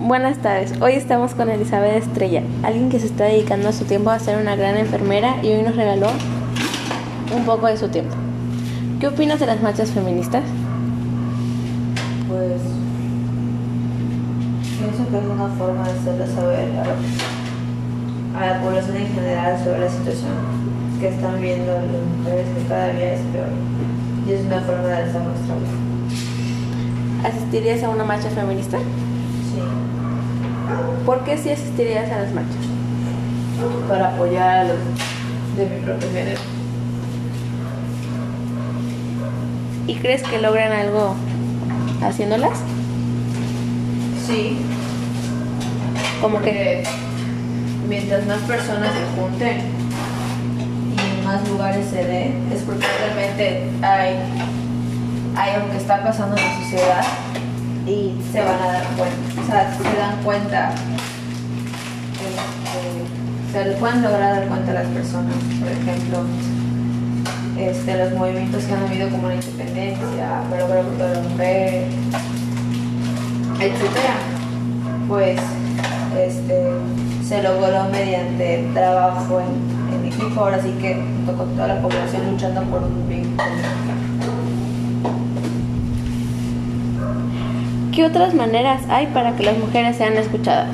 Buenas tardes, hoy estamos con Elizabeth Estrella, alguien que se está dedicando su tiempo a ser una gran enfermera y hoy nos regaló un poco de su tiempo. ¿Qué opinas de las marchas feministas? Pues pienso que es una forma de hacerle saber a la población en general sobre la situación que están viviendo las mujeres, que cada día es peor, y es una forma de demostrarlo. ¿Asistirías a una marcha feminista? Sí, ¿Por qué sí asistirías a las marchas? para apoyar a los de mi propio género. ¿Y crees que logran algo haciéndolas? Sí, Como que porque mientras más personas se junten y más lugares se den, es porque realmente hay algo que está pasando en la sociedad y se van a dar cuenta, o sea, se dan cuenta, se les pueden lograr dar cuenta a las personas. Por ejemplo, los movimientos que han habido como la independencia, para lograr el voto de la mujer, etcétera, pues se logró mediante trabajo en equipo, ahora sí que junto con toda la población luchando por un bien común. ¿qué otras maneras hay para que las mujeres sean escuchadas?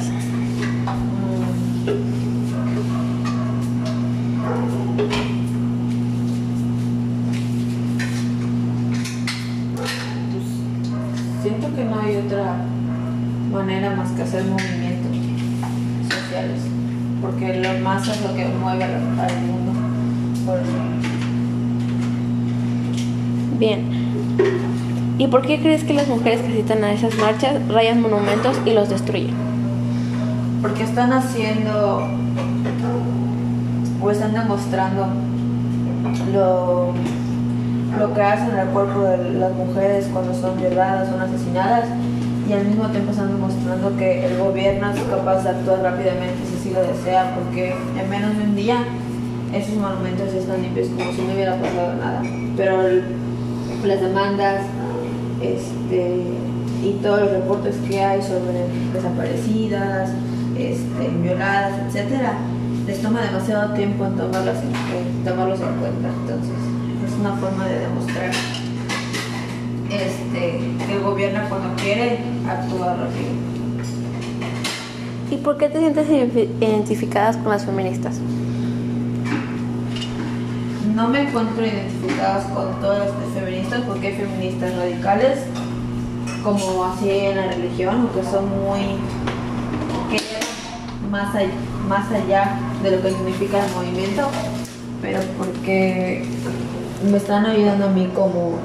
Siento que no hay otra manera más que hacer movimientos sociales, porque lo más es lo que mueve al mundo. Por eso. Bien. ¿Y por qué crees que las mujeres que asistan a esas marchas rayan monumentos y los destruyen? Porque están haciendo o están demostrando lo que hacen al cuerpo de las mujeres cuando son violadas, son asesinadas, y al mismo tiempo están demostrando que el gobierno es capaz de actuar rápidamente si así lo desea, porque en menos de un día esos monumentos están limpios como si no hubiera pasado nada. Pero las demandas y todos los reportes que hay sobre desaparecidas, violadas, etcétera, les toma demasiado tiempo en tomarlos en cuenta. Entonces es una forma de demostrar que el gobierno, cuando quiere, actúa rápido. ¿Y por qué te sientes identificadas con las feministas? No me encuentro identificadas con todas las feministas, porque hay feministas radicales, como así en la religión, o que son que llevan más allá de lo que significa el movimiento, pero porque me están ayudando a mí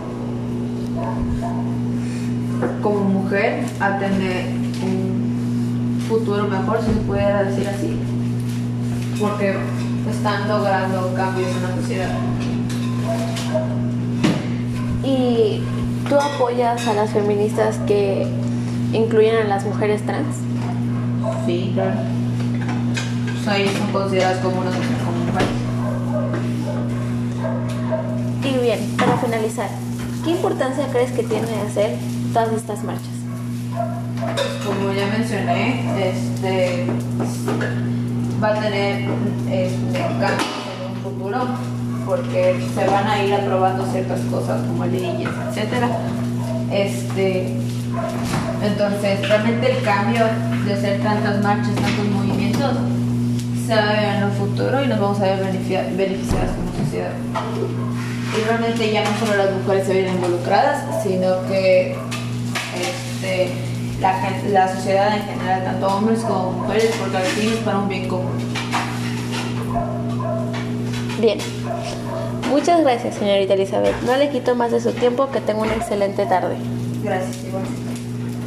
como mujer a tener un futuro mejor, si se pudiera decir así, porque están logrando cambios en la sociedad. ¿Y tú apoyas a las feministas que incluyen a las mujeres trans? Sí, claro. Son consideradas como mujeres. Y bien, para finalizar, ¿qué importancia crees que tiene hacer todas estas marchas? Como ya mencioné, va a tener cambios en un futuro, porque se van a ir aprobando ciertas cosas como leyes, etcétera. Entonces, realmente el cambio de hacer tantas marchas, tantos movimientos, se va a ver en un futuro y nos vamos a ver beneficiadas como sociedad. Y realmente ya no solo las mujeres se ven involucradas, sino que la sociedad en general, tanto hombres como mujeres, porque al fin es para un bien común. Bien, muchas gracias, señorita Elizabeth. No le quito más de su tiempo, que tenga una excelente tarde. Gracias, igual.